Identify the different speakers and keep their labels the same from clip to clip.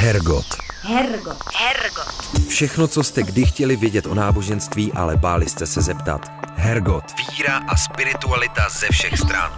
Speaker 1: Hergot.
Speaker 2: Hergot.
Speaker 1: Všechno, co jste kdy chtěli vědět o náboženství, ale báli jste se zeptat. Hergot. Víra a spiritualita ze všech stran.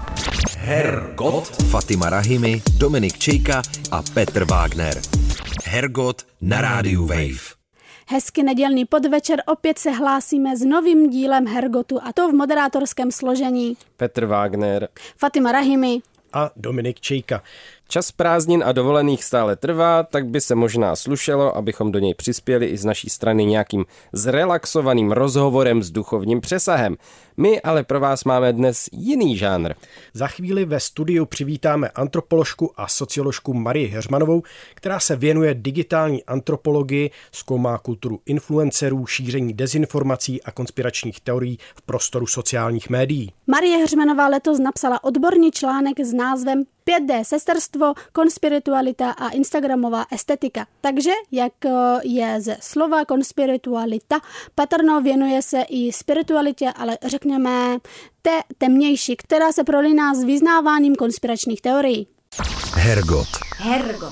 Speaker 1: Hergot. Fatima Rahimi, Dominik Čejka a Petr Wagner. Hergot na rádiu Wave.
Speaker 3: Hezky nedělný podvečer, opět se hlásíme s novým dílem Hergotu, a to v moderátorském složení
Speaker 4: Petr Wagner,
Speaker 3: Fatima Rahimi
Speaker 5: a Dominik Čejka.
Speaker 4: Čas prázdnin a dovolených stále trvá, tak by se možná slušelo, abychom do něj přispěli i z naší strany nějakým zrelaxovaným rozhovorem s duchovním přesahem. My ale pro vás máme dnes jiný žánr.
Speaker 5: Za chvíli ve studiu přivítáme antropoložku a socioložku Marii Heřmanovou, která se věnuje digitální antropologii, zkoumá kulturu influencerů, šíření dezinformací a konspiračních teorií v prostoru sociálních médií.
Speaker 3: Marie Heřmanová letos napsala odborný článek s názvem 5D sesterstvo, konspiritualita a instagramová estetika. Takže, jak je ze slova konspiritualita patrno, věnuje se i spiritualitě, ale řekněme té temnější, která se prolíná s vyznáváním konspiračních teorií.
Speaker 1: Hergot.
Speaker 2: Hergot.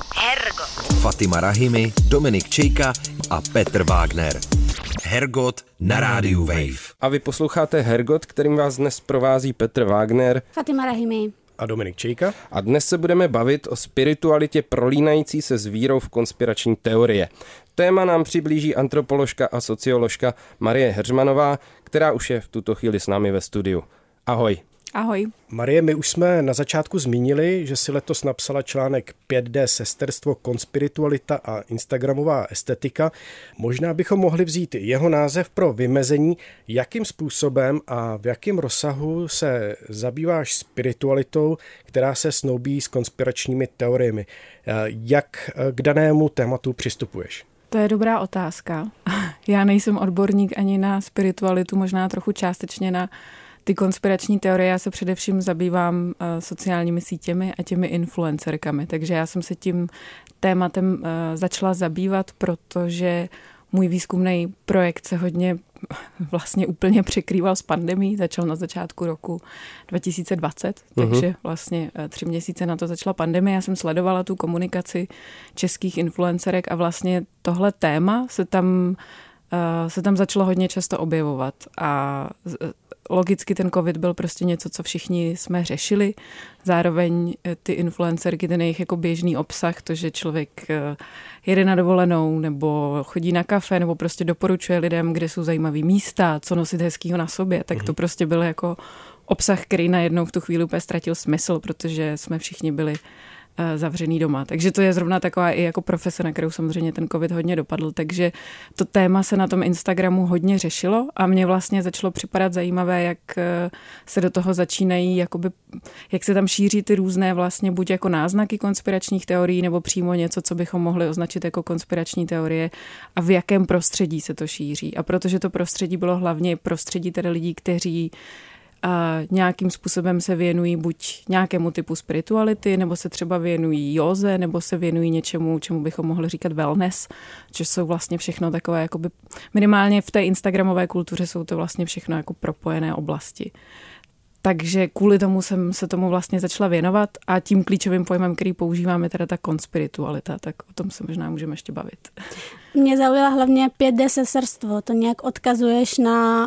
Speaker 1: Fatima Rahimi, Dominik Čejka a Petr Wagner. Hergot na rádiu Wave.
Speaker 4: A vy posloucháte Hergot, kterým vás dnes provází Petr Wagner,
Speaker 3: Fatima Rahimi
Speaker 5: a Dominik Čejka.
Speaker 4: A dnes se budeme bavit o spiritualitě prolínající se s vírou v konspirační teorie. Téma nám přiblíží antropoložka a socioložka Marie Heřmanová, která už je v tuto chvíli s námi ve studiu. Ahoj.
Speaker 6: Ahoj.
Speaker 5: Marie, my už jsme na začátku zmínili, že si letos napsala článek 5D sesterstvo, konspiritualita a instagramová estetika. Možná bychom mohli vzít jeho název pro vymezení, jakým způsobem a v jakém rozsahu se zabýváš spiritualitou, která se snoubí s konspiračními teoriemi. Jak k danému tématu přistupuješ?
Speaker 6: To je dobrá otázka. Já nejsem odborník ani na spiritualitu, možná trochu částečně na ty konspirační teorie. Já se především zabývám sociálními sítěmi a těmi influencerkami, takže já jsem se tím tématem začala zabývat, protože můj výzkumný projekt se hodně vlastně úplně překrýval s pandemií, začal na začátku roku 2020, takže vlastně 3 měsíce na to začala pandemie. Já jsem sledovala tu komunikaci českých influencerek a vlastně tohle téma se tam začalo hodně často objevovat a logicky ten covid byl prostě něco, co všichni jsme řešili. Zároveň ty influencerky, ten jejich jako běžný obsah, to, že člověk jede na dovolenou nebo chodí na kafe nebo prostě doporučuje lidem, kde jsou zajímavý místa, co nosit hezkýho na sobě, tak to prostě byl jako obsah, který najednou v tu chvíli úplně ztratil smysl, protože jsme všichni byli zavřený doma. Takže to je zrovna taková i jako profese, na kterou samozřejmě ten covid hodně dopadl. Takže to téma se na tom Instagramu hodně řešilo a mně vlastně začalo připadat zajímavé, jak se do toho začínají, jakoby, jak se tam šíří ty různé vlastně buď jako náznaky konspiračních teorií nebo přímo něco, co bychom mohli označit jako konspirační teorie a v jakém prostředí se to šíří. A protože to prostředí bylo hlavně prostředí tedy lidí, kteří a nějakým způsobem se věnují buď nějakému typu spirituality, nebo se třeba věnují józe, nebo se věnují něčemu, čemu bychom mohli říkat wellness, což jsou vlastně všechno takové, jakoby, minimálně v té instagramové kultuře jsou to vlastně všechno jako propojené oblasti. Takže kvůli tomu jsem se tomu vlastně začala věnovat a tím klíčovým pojmem, který používáme, teda ta konspiritualita, tak o tom se možná můžeme ještě bavit.
Speaker 3: Mě zaujala hlavně 5D sesterstvo, to nějak odkazuješ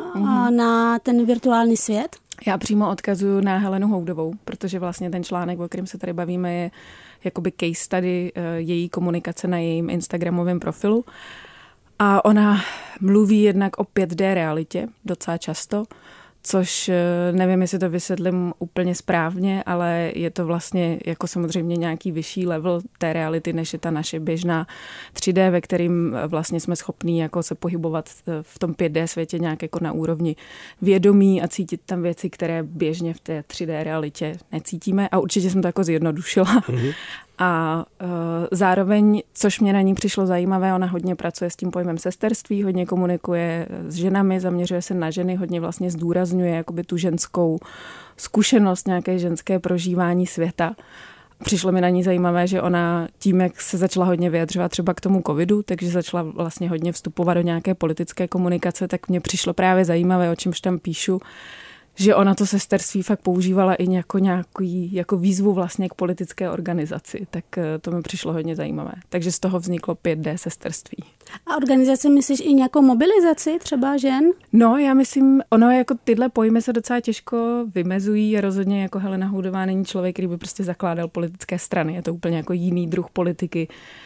Speaker 3: na ten virtuální svět?
Speaker 6: Já přímo odkazuju na Helenu Houdovou, protože vlastně ten článek, o kterém se tady bavíme, je jakoby case study její komunikace na jejím instagramovém profilu. A ona mluví jednak o 5D realitě docela často, což nevím, jestli to vysvětlím úplně správně, ale je to vlastně jako samozřejmě nějaký vyšší level té reality, než je ta naše běžná 3D, ve kterým vlastně jsme schopní jako se pohybovat v tom 5D světě nějak jako na úrovni vědomí a cítit tam věci, které běžně v té 3D realitě necítíme. A určitě jsem to jako zjednodušila. A zároveň, což mě na ní přišlo zajímavé, ona hodně pracuje s tím pojmem sesterství, hodně komunikuje s ženami, zaměřuje se na ženy, hodně vlastně zdůrazňuje jakoby tu ženskou zkušenost, nějaké ženské prožívání světa. Přišlo mi na ní zajímavé, že ona tím, jak se začala hodně vyjadřovat třeba k tomu covidu, takže začala vlastně hodně vstupovat do nějaké politické komunikace, tak mně přišlo právě zajímavé, o čemž tam píšu, že ona to sesterství fakt používala i jako výzvu vlastně k politické organizaci, tak to mi přišlo hodně zajímavé. Takže z toho vzniklo 5D sesterství.
Speaker 3: A organizaci myslíš i nějakou mobilizaci třeba žen?
Speaker 6: No, já myslím, ono jako tyhle pojmy se docela těžko vymezují a rozhodně jako Helena Houdová není člověk, který by prostě zakládal politické strany. Je to úplně jako jiný druh politiky.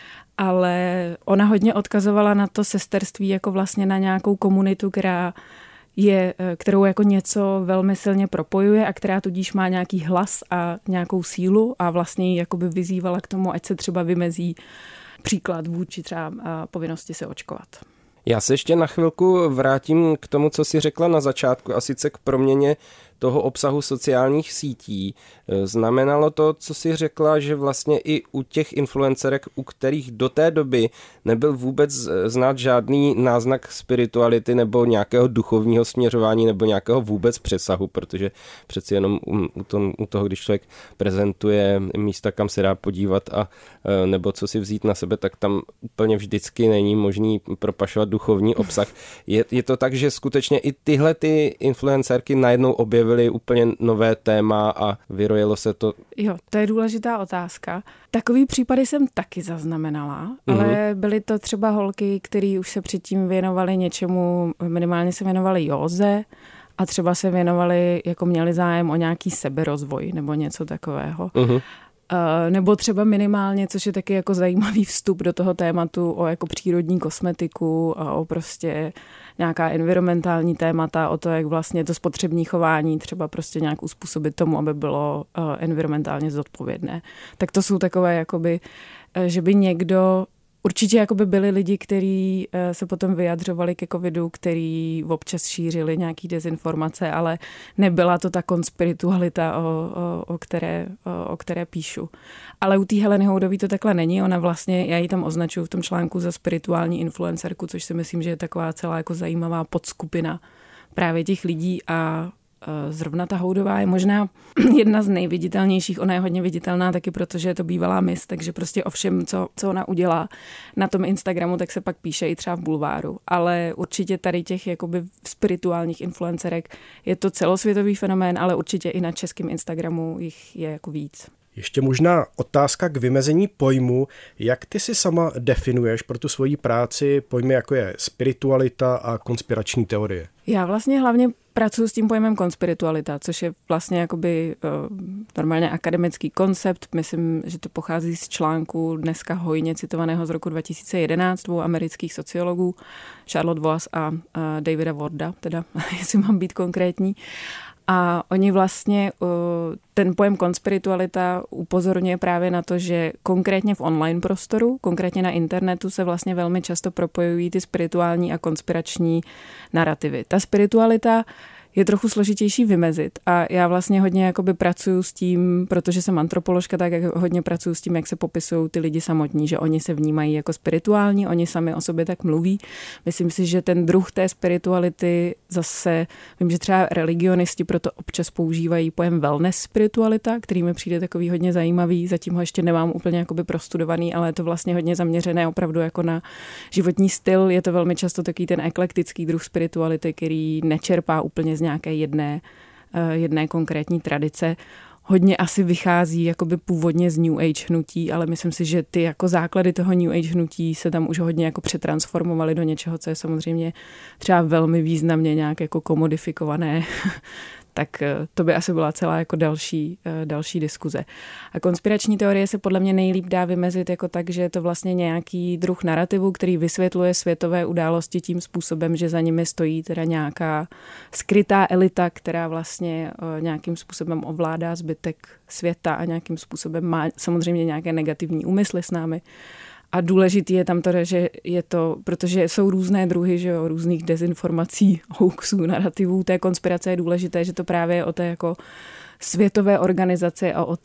Speaker 6: Ale ona hodně odkazovala na to sesterství jako vlastně na nějakou komunitu, kterou jako něco velmi silně propojuje a která tudíž má nějaký hlas a nějakou sílu a vlastně ji jakoby vyzývala k tomu, ať se třeba vymezí příklad vůči třeba povinnosti se očkovat.
Speaker 4: Já se ještě na chvilku vrátím k tomu, co jsi řekla na začátku, a sice k proměně toho obsahu sociálních sítí. Znamenalo to, co jsi řekla, že vlastně i u těch influencerek, u kterých do té doby nebyl vůbec znát žádný náznak spirituality nebo nějakého duchovního směřování nebo nějakého vůbec přesahu, protože přeci jenom u toho, když člověk prezentuje místa, kam se dá podívat a nebo co si vzít na sebe, tak tam úplně vždycky není možný propašovat duchovní obsah. Je to tak, že skutečně i tyhle ty influencerky najednou objevily úplně nové téma a vyrojilo se to?
Speaker 6: Jo, to je důležitá otázka. Takový případy jsem taky zaznamenala, ale byly to třeba holky, které už se předtím věnovaly něčemu, minimálně se věnovaly józe a třeba se věnovaly, jako měli zájem o nějaký seberozvoj nebo něco takového. Nebo třeba minimálně, což je taky jako zajímavý vstup do toho tématu o jako přírodní kosmetiku a o prostě nějaká environmentální témata, o to, jak vlastně to spotřební chování třeba prostě nějak uspůsobit tomu, aby bylo environmentálně zodpovědné. Tak to jsou takové jakoby, že by někdo určitě jakoby byli lidi, kteří se potom vyjadřovali ke covidu, kteří občas šířili nějaký dezinformace, ale nebyla to ta konspiritualita, o které píšu. Ale u té Heleny Houdové to takhle není. Ona vlastně, já ji tam označuji v tom článku za spirituální influencerku, což si myslím, že je taková celá jako zajímavá podskupina právě těch lidí a zrovna ta Houdová je možná jedna z nejviditelnějších. Ona je hodně viditelná taky, protože je to bývalá miss, takže prostě o všem, co ona udělá na tom Instagramu, tak se pak píše i třeba v bulváru. Ale určitě tady těch jakoby spirituálních influencerek je to celosvětový fenomén, ale určitě i na českém Instagramu jich je jako víc.
Speaker 5: Ještě možná otázka k vymezení pojmu. Jak ty si sama definuješ pro tu svoji práci pojmy, jako je spiritualita a konspirační teorie?
Speaker 6: Já vlastně hlavně pracuji s tím pojmem konspiritualita, což je vlastně jakoby normálně akademický koncept. Myslím, že to pochází z článku dneska hojně citovaného z roku 2011 dvou amerických sociologů, Charlotte Voss a Davida Warda, teda jestli mám být konkrétní. A oni vlastně, ten pojem konspiritualita upozorňuje právě na to, že konkrétně v online prostoru, konkrétně na internetu se vlastně velmi často propojují ty spirituální a konspirační narrativy. Ta spiritualita je trochu složitější vymezit a já vlastně hodně jakoby pracuju s tím, protože jsem antropoložka, tak jak hodně pracuju s tím, jak se popisují ty lidi samotní, že oni se vnímají jako spirituální, oni sami o sobě tak mluví. Myslím si, že ten druh té spirituality zase, vím, že třeba religionisti proto občas používají pojem wellness spiritualita, který mi přijde takový hodně zajímavý, zatím ho ještě nemám úplně jakoby prostudovaný, ale je to vlastně hodně zaměřené opravdu jako na životní styl, je to velmi často takový ten eklektický druh spirituality, který nečerpá úplně z nějaké jedné konkrétní tradice. Hodně asi vychází jakoby původně z New Age hnutí, ale myslím si, že ty jako základy toho New Age hnutí se tam už hodně jako přetransformovaly do něčeho, co je samozřejmě třeba velmi významně nějak jako komodifikované. Tak to by asi byla celá jako další diskuze. A konspirační teorie se podle mě nejlíp dá vymezit jako tak, že je to vlastně nějaký druh narrativu, který vysvětluje světové události tím způsobem, že za nimi stojí teda nějaká skrytá elita, která vlastně nějakým způsobem ovládá zbytek světa a nějakým způsobem má samozřejmě nějaké negativní úmysly s námi. A důležitý je tam to, že je to, protože jsou různé druhy, že jo, různých dezinformací, hoaxů, narrativů, té konspirace je důležité, že to právě je o té jako světové organizaci a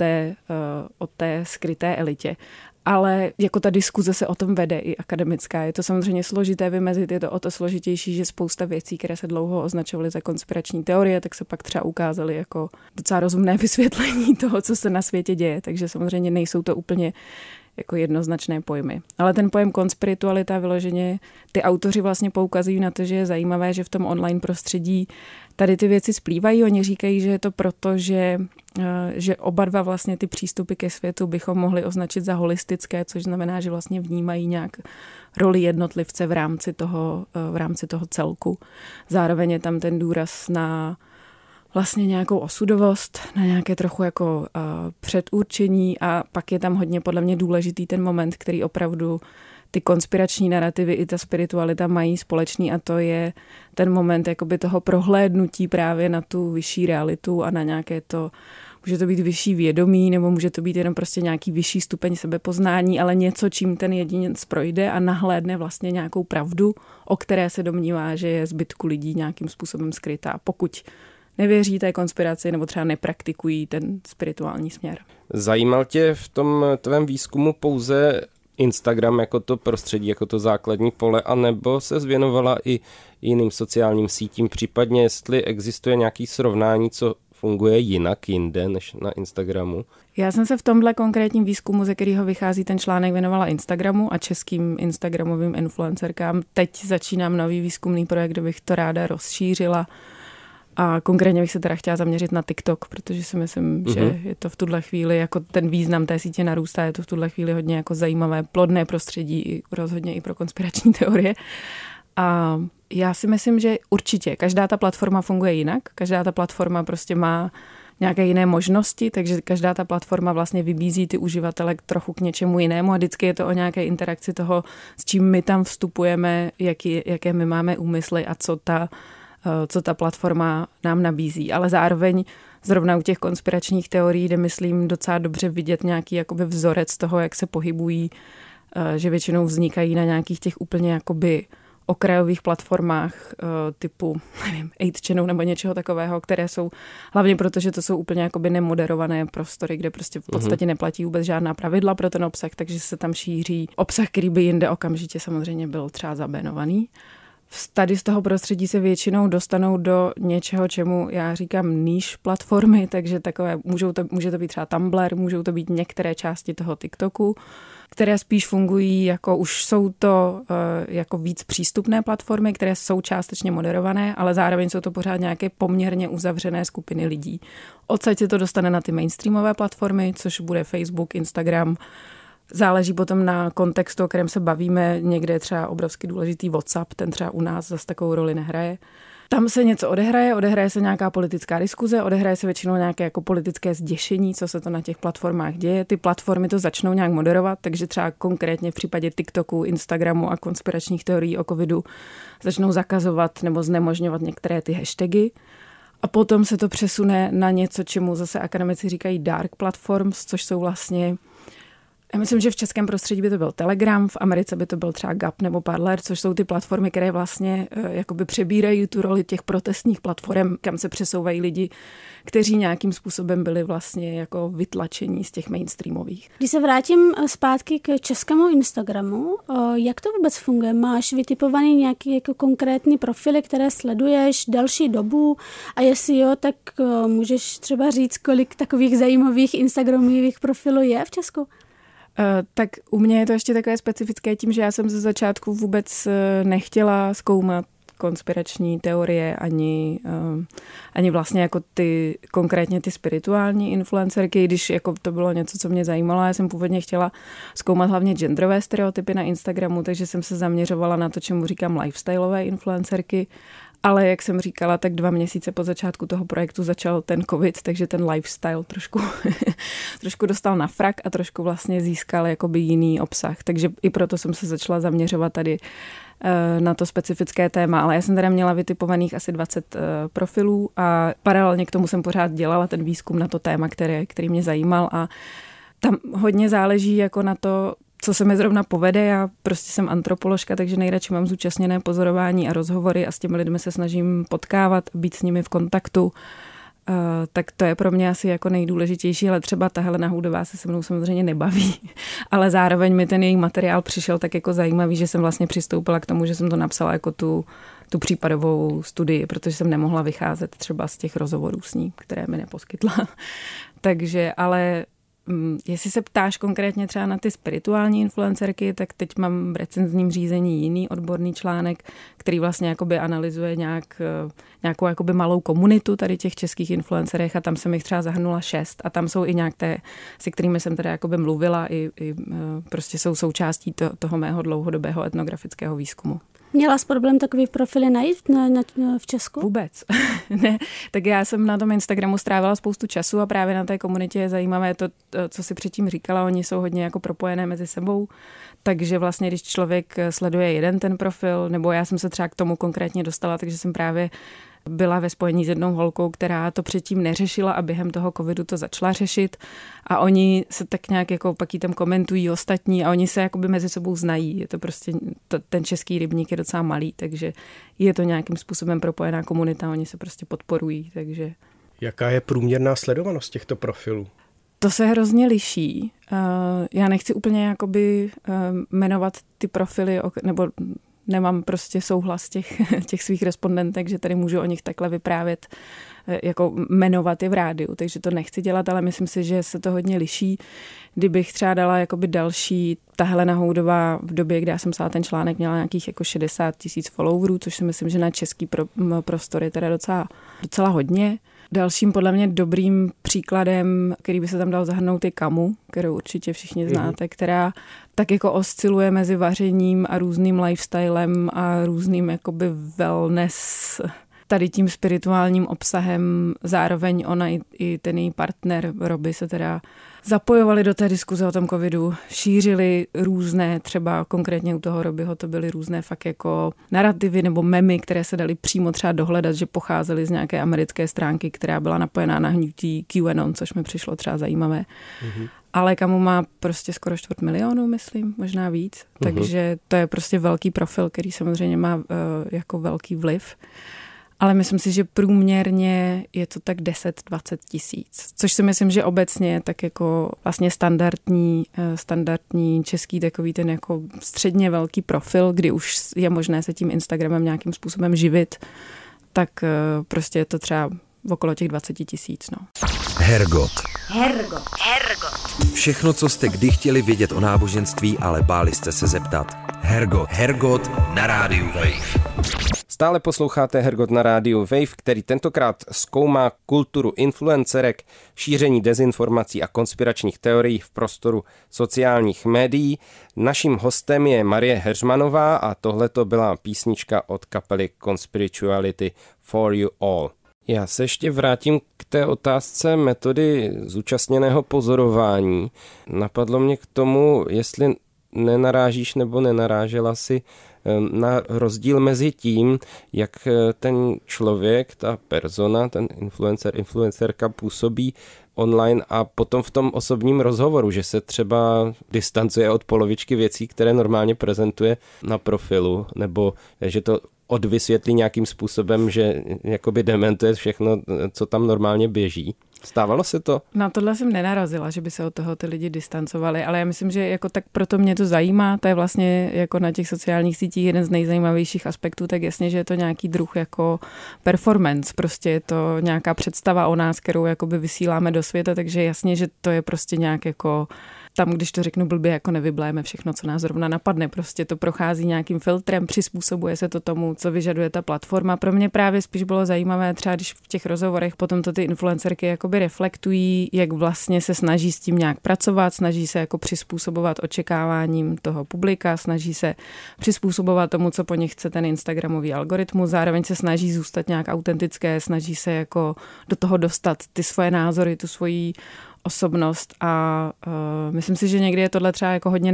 Speaker 6: o té skryté elitě. Ale jako ta diskuze se o tom vede i akademická. Je to samozřejmě složité vymezit, je to o to složitější, že spousta věcí, které se dlouho označovaly za konspirační teorie, tak se pak třeba ukázaly jako docela rozumné vysvětlení toho, co se na světě děje. Takže samozřejmě nejsou to úplně jako jednoznačné pojmy. Ale ten pojem konspiritualita vyloženě, ty autoři vlastně poukazují na to, že je zajímavé, že v tom online prostředí tady ty věci splývají. Oni říkají, že je to proto, že oba dva vlastně ty přístupy ke světu bychom mohli označit za holistické, což znamená, že vlastně vnímají nějak roli jednotlivce v rámci toho celku. Zároveň je tam ten důraz na vlastně nějakou osudovost, na nějaké trochu jako předurčení a pak je tam hodně podle mě důležitý ten moment, který opravdu ty konspirační narrativy i ta spiritualita mají společný a to je ten moment jakoby toho prohlédnutí právě na tu vyšší realitu a na nějaké to, může to být vyšší vědomí nebo může to být jenom prostě nějaký vyšší stupeň sebepoznání, ale něco, čím ten jedinec projde a nahlédne vlastně nějakou pravdu, o které se domnívá, že je zbytku lidí nějakým způsobem skrytá, pokud nevěří té konspiraci nebo třeba nepraktikují ten spirituální směr.
Speaker 4: Zajímal tě v tom tvém výzkumu pouze Instagram jako to prostředí, jako to základní pole, anebo se zvěnovala i jiným sociálním sítím, případně jestli existuje nějaký srovnání, co funguje jinak jinde než na Instagramu?
Speaker 6: Já jsem se v tomhle konkrétním výzkumu, ze kterého vychází ten článek, věnovala Instagramu a českým instagramovým influencerkám. Teď začínám nový výzkumný projekt, kde bych to ráda rozšířila. A konkrétně bych se teda chtěla zaměřit na TikTok, protože si myslím, že je to v tuhle chvíli, jako ten význam té sítě narůstá, je to v tuhle chvíli hodně jako zajímavé, plodné prostředí, rozhodně i pro konspirační teorie. A já si myslím, že určitě každá ta platforma funguje jinak, každá ta platforma prostě má nějaké jiné možnosti, takže každá ta platforma vlastně vybízí ty uživatele trochu k něčemu jinému a vždycky je to o nějaké interakci toho, s čím my tam vstupujeme, jaké my máme úmysly a co ta platforma nám nabízí. Ale zároveň zrovna u těch konspiračních teorií jde, myslím, docela dobře vidět nějaký jakoby vzorec toho, jak se pohybují, že většinou vznikají na nějakých těch úplně jakoby okrajových platformách typu, nevím, 8chanu nebo něčeho takového, které jsou, hlavně proto, že to jsou úplně jakoby nemoderované prostory, kde prostě v podstatě neplatí vůbec žádná pravidla pro ten obsah, takže se tam šíří obsah, který by jinde okamžitě samozřejmě byl třeba zabanovaný. Tady z toho prostředí se většinou dostanou do něčeho, čemu já říkám níž platformy, takže takové, může to být třeba Tumblr, můžou to být některé části toho TikToku, které spíš fungují jako, už jsou to jako víc přístupné platformy, které jsou částečně moderované, ale zároveň jsou to pořád nějaké poměrně uzavřené skupiny lidí. Odsaď se to dostane na ty mainstreamové platformy, což bude Facebook, Instagram. Záleží potom na kontextu, o kterém se bavíme. Někde je třeba obrovsky důležitý WhatsApp, ten třeba u nás zase takovou roli nehraje. Tam se něco odehraje se nějaká politická diskuze, odehraje se většinou nějaké jako politické zděšení, co se to na těch platformách děje. Ty platformy to začnou nějak moderovat, takže třeba konkrétně v případě TikToku, Instagramu a konspiračních teorií o covidu začnou zakazovat nebo znemožňovat některé ty hashtagy. A potom se to přesune na něco, čemu zase akademici říkají dark platforms, což jsou vlastně, já myslím, že v českém prostředí by to byl Telegram, v Americe by to byl třeba Gap nebo Parler, což jsou ty platformy, které vlastně jakoby přebírají tu roli těch protestních platform, kam se přesouvají lidi, kteří nějakým způsobem byli vlastně jako vytlačení z těch mainstreamových.
Speaker 3: Když se vrátím zpátky k českému Instagramu, jak to vůbec funguje? Máš vytipovaný nějaký jako konkrétní profily, které sleduješ delší dobu a jestli jo, tak můžeš třeba říct, kolik takových zajímavých instagramových profilů je v Česku?
Speaker 6: Tak u mě je to ještě takové specifické tím, že já jsem ze začátku vůbec nechtěla zkoumat konspirační teorie, ani vlastně jako konkrétně ty spirituální influencerky, když jako to bylo něco, co mě zajímalo. Já jsem původně chtěla zkoumat hlavně genderové stereotypy na Instagramu, takže jsem se zaměřovala na to, čemu říkám lifestyleové influencerky. Ale jak jsem říkala, tak 2 měsíce po začátku toho projektu začal ten covid, takže ten lifestyle trošku dostal na frak a trošku vlastně získal jakoby jiný obsah. Takže i proto jsem se začala zaměřovat tady na to specifické téma. Ale já jsem teda měla vytipovaných asi 20 profilů a paralelně k tomu jsem pořád dělala ten výzkum na to téma, který mě zajímal a tam hodně záleží jako na to, co se mi zrovna povede. Já prostě jsem antropoložka, takže nejradši mám zúčastněné pozorování a rozhovory a s těmi lidmi se snažím potkávat, být s nimi v kontaktu. Tak to je pro mě asi jako nejdůležitější, ale třeba ta Helena Houdová se mnou samozřejmě nebaví. Ale zároveň mi ten její materiál přišel tak jako zajímavý, že jsem vlastně přistoupila k tomu, že jsem to napsala jako tu případovou studii, protože jsem nemohla vycházet třeba z těch rozhovorů s ní, které mi neposkytla. Takže ale jestli se ptáš konkrétně třeba na ty spirituální influencerky, tak teď mám v recenzním řízení jiný odborný článek, který vlastně jakoby analyzuje nějakou jakoby malou komunitu tady těch českých influencerech a tam jsem jich třeba zahrnula 6 a tam jsou i nějaké, se kterými jsem teda jakoby mluvila i prostě jsou součástí toho mého dlouhodobého etnografického výzkumu.
Speaker 3: Měla jsi problém takový profily najít v Česku?
Speaker 6: Vůbec. Ne, tak já jsem na tom Instagramu strávila spoustu času a právě na té komunitě je zajímavé to, co si předtím říkala, oni jsou hodně jako propojené mezi sebou, takže vlastně, když člověk sleduje jeden ten profil, nebo já jsem se třeba k tomu konkrétně dostala, takže jsem právě byla ve spojení s jednou holkou, která to předtím neřešila a během toho covidu to začala řešit a oni se tak nějak jako pak jí tam komentují ostatní a oni se jakoby mezi sebou znají. Je to prostě, ten český rybník je docela malý, takže je to nějakým způsobem propojená komunita, oni se prostě podporují, takže...
Speaker 5: Jaká je průměrná sledovanost těchto profilů?
Speaker 6: To se hrozně liší. Já nechci úplně jakoby jmenovat ty profily, nebo nemám prostě souhlas těch svých respondentek, že tady můžu o nich takhle vyprávět, jako jmenovat je v rádiu, takže to nechci dělat, ale myslím si, že se to hodně liší. Kdybych třeba dala jakoby další, ta Helena Houdová v době, kdy já jsem psala ten článek, měla nějakých jako 60 000 followerů, což si myslím, že na český prostor je teda docela hodně. Dalším podle mě dobrým příkladem, který by se tam dal zahrnout, je Kamu, kterou určitě všichni znáte, která tak jako osciluje mezi vařením a různým lifestylem a různým jakoby wellness, tady tím spirituálním obsahem. Zároveň ona i ten její partner Robi se teda zapojovali do té diskuze o tom covidu, šířili různé, třeba konkrétně u toho Robiho to byly různé fakt jako narrativy nebo memy, které se daly přímo třeba dohledat, že pocházely z nějaké americké stránky, která byla napojená na hnutí QAnon, což mi přišlo třeba zajímavé. Ale Kamu má prostě skoro 250 000, myslím, možná víc. Takže to je prostě velký profil, který samozřejmě má jako velký vliv. Ale myslím si, že průměrně je to tak 10-20 tisíc, což si myslím, že obecně je tak jako vlastně standardní český takový ten jako středně velký profil, kdy už je možné se tím Instagramem nějakým způsobem živit, tak prostě je to třeba okolo těch 20 tisíc. No.
Speaker 1: Hergot. Všechno, co jste kdy chtěli vědět o náboženství, ale báli jste se zeptat. Hergot na rádiu Wave.
Speaker 4: Stále posloucháte Hergot na rádiu Wave, který tentokrát zkoumá kulturu influencerek, šíření dezinformací a konspiračních teorií v prostoru sociálních médií. Naším hostem je Marie Heřmanová a tohleto byla písnička od kapely Conspirituality For You All. Já se ještě vrátím k té otázce metody zúčastněného pozorování. Napadlo mě k tomu, jestli nenarážíš nebo nenarážela si na rozdíl mezi tím, jak ten člověk, ta persona, ten influencerka působí online a potom v tom osobním rozhovoru, že se třeba distancuje od polovičky věcí, které normálně prezentuje na profilu, nebo že to odvysvětlí nějakým způsobem, že jakoby dementuje všechno, co tam normálně běží. Stávalo se to?
Speaker 6: Na tohle jsem nenarazila, že by se od toho ty lidi distancovali, ale já myslím, že jako tak proto mě to zajímá, to je vlastně jako na těch sociálních sítích jeden z nejzajímavějších aspektů, tak jasně, že je to nějaký druh jako performance, prostě je to nějaká představa o nás, kterou jakoby vysíláme do světa, takže jasně, že to je prostě nějak jako tam, když to řeknu blbě, jako nevybléme všechno, co nás zrovna napadne. Prostě to prochází nějakým filtrem, přizpůsobuje se to tomu, co vyžaduje ta platforma. Pro mě právě spíš bylo zajímavé, třeba když v těch rozhovorech potom to ty influencerky jakoby reflektují, jak vlastně se snaží s tím nějak pracovat, snaží se jako přizpůsobovat očekáváním toho publika, snaží se přizpůsobovat tomu, co po nich chce ten instagramový algoritmus, zároveň se snaží zůstat nějak autentické, snaží se jako do toho dostat ty svoje názory, tu svoji osobnost a myslím si, že někdy je tohle třeba jako hodně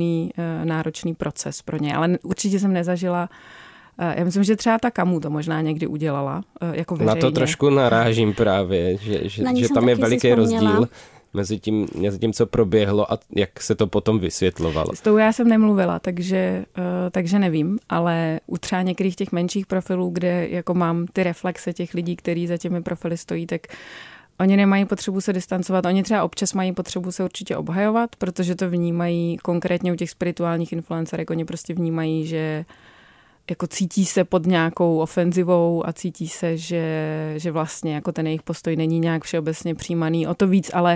Speaker 6: náročný proces pro ně, ale určitě jsem nezažila. Já myslím, že třeba ta Kamu to možná někdy udělala jako veřejně.
Speaker 4: Na to trošku narážím právě, že tam je veliký rozdíl mezi tím, co proběhlo a jak se to potom vysvětlovalo.
Speaker 6: S tou já jsem nemluvila, takže nevím, ale u třeba některých těch menších profilů, kde jako mám ty reflexe těch lidí, kteří za těmi profily stojí, tak oni nemají potřebu se distancovat, oni třeba občas mají potřebu se určitě obhajovat, protože to vnímají konkrétně u těch spirituálních influencerek, oni prostě vnímají, že jako cítí se pod nějakou ofenzivou a cítí se, že vlastně jako ten jejich postoj není nějak všeobecně přijímaný. O to víc ale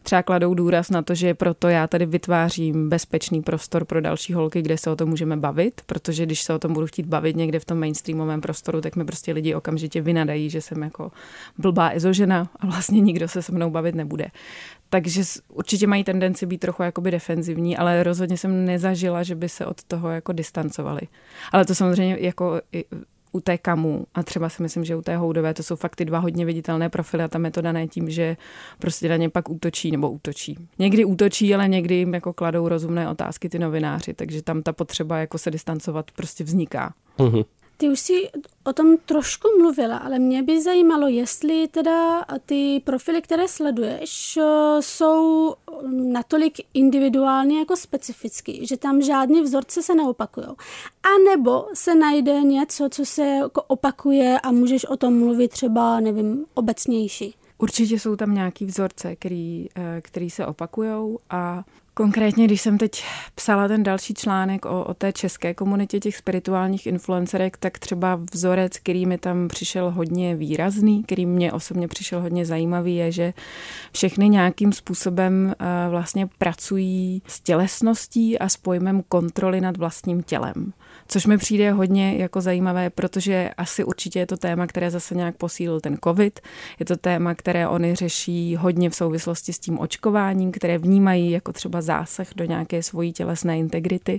Speaker 6: třeba kladou důraz na to, že proto já tady vytvářím bezpečný prostor pro další holky, kde se o tom můžeme bavit, protože když se o tom budu chtít bavit někde v tom mainstreamovém prostoru, tak mi prostě lidi okamžitě vynadají, že jsem jako blbá ezožena a vlastně nikdo se se mnou bavit nebude. Takže určitě mají tendenci být trochu jakoby defenzivní, ale rozhodně jsem nezažila, že by se od toho jako distancovali. Ale to samozřejmě jako u té Kamu a třeba si myslím, že u té Houdové, to jsou fakt ty dva hodně viditelné profily a tam je to dané tím, že prostě na ně pak útočí. Někdy útočí, ale někdy jim jako kladou rozumné otázky ty novináři, takže tam ta potřeba jako se distancovat prostě vzniká.
Speaker 4: Mhm.
Speaker 3: Ty už si o tom trošku mluvila, ale mě by zajímalo, jestli teda ty profily, které sleduješ, jsou natolik individuálně jako specifický, že tam žádný vzorce se neopakují. A nebo se najde něco, co se jako opakuje a můžeš o tom mluvit třeba, nevím, obecnější.
Speaker 6: Určitě jsou tam nějaký vzorce, který se opakujou a konkrétně, když jsem teď psala ten další článek o té české komunitě těch spirituálních influencerek, tak třeba vzorec, který mi tam přišel hodně výrazný, který mě osobně přišel hodně zajímavý, je, že všechny nějakým způsobem vlastně pracují s tělesností a s pojmem kontroly nad vlastním tělem. Což mi přijde hodně jako zajímavé, protože asi určitě je to téma, které zase nějak posílil ten covid. Je to téma, které oni řeší hodně v souvislosti s tím očkováním, které vnímají jako třeba zásah do nějaké svojí tělesné integrity.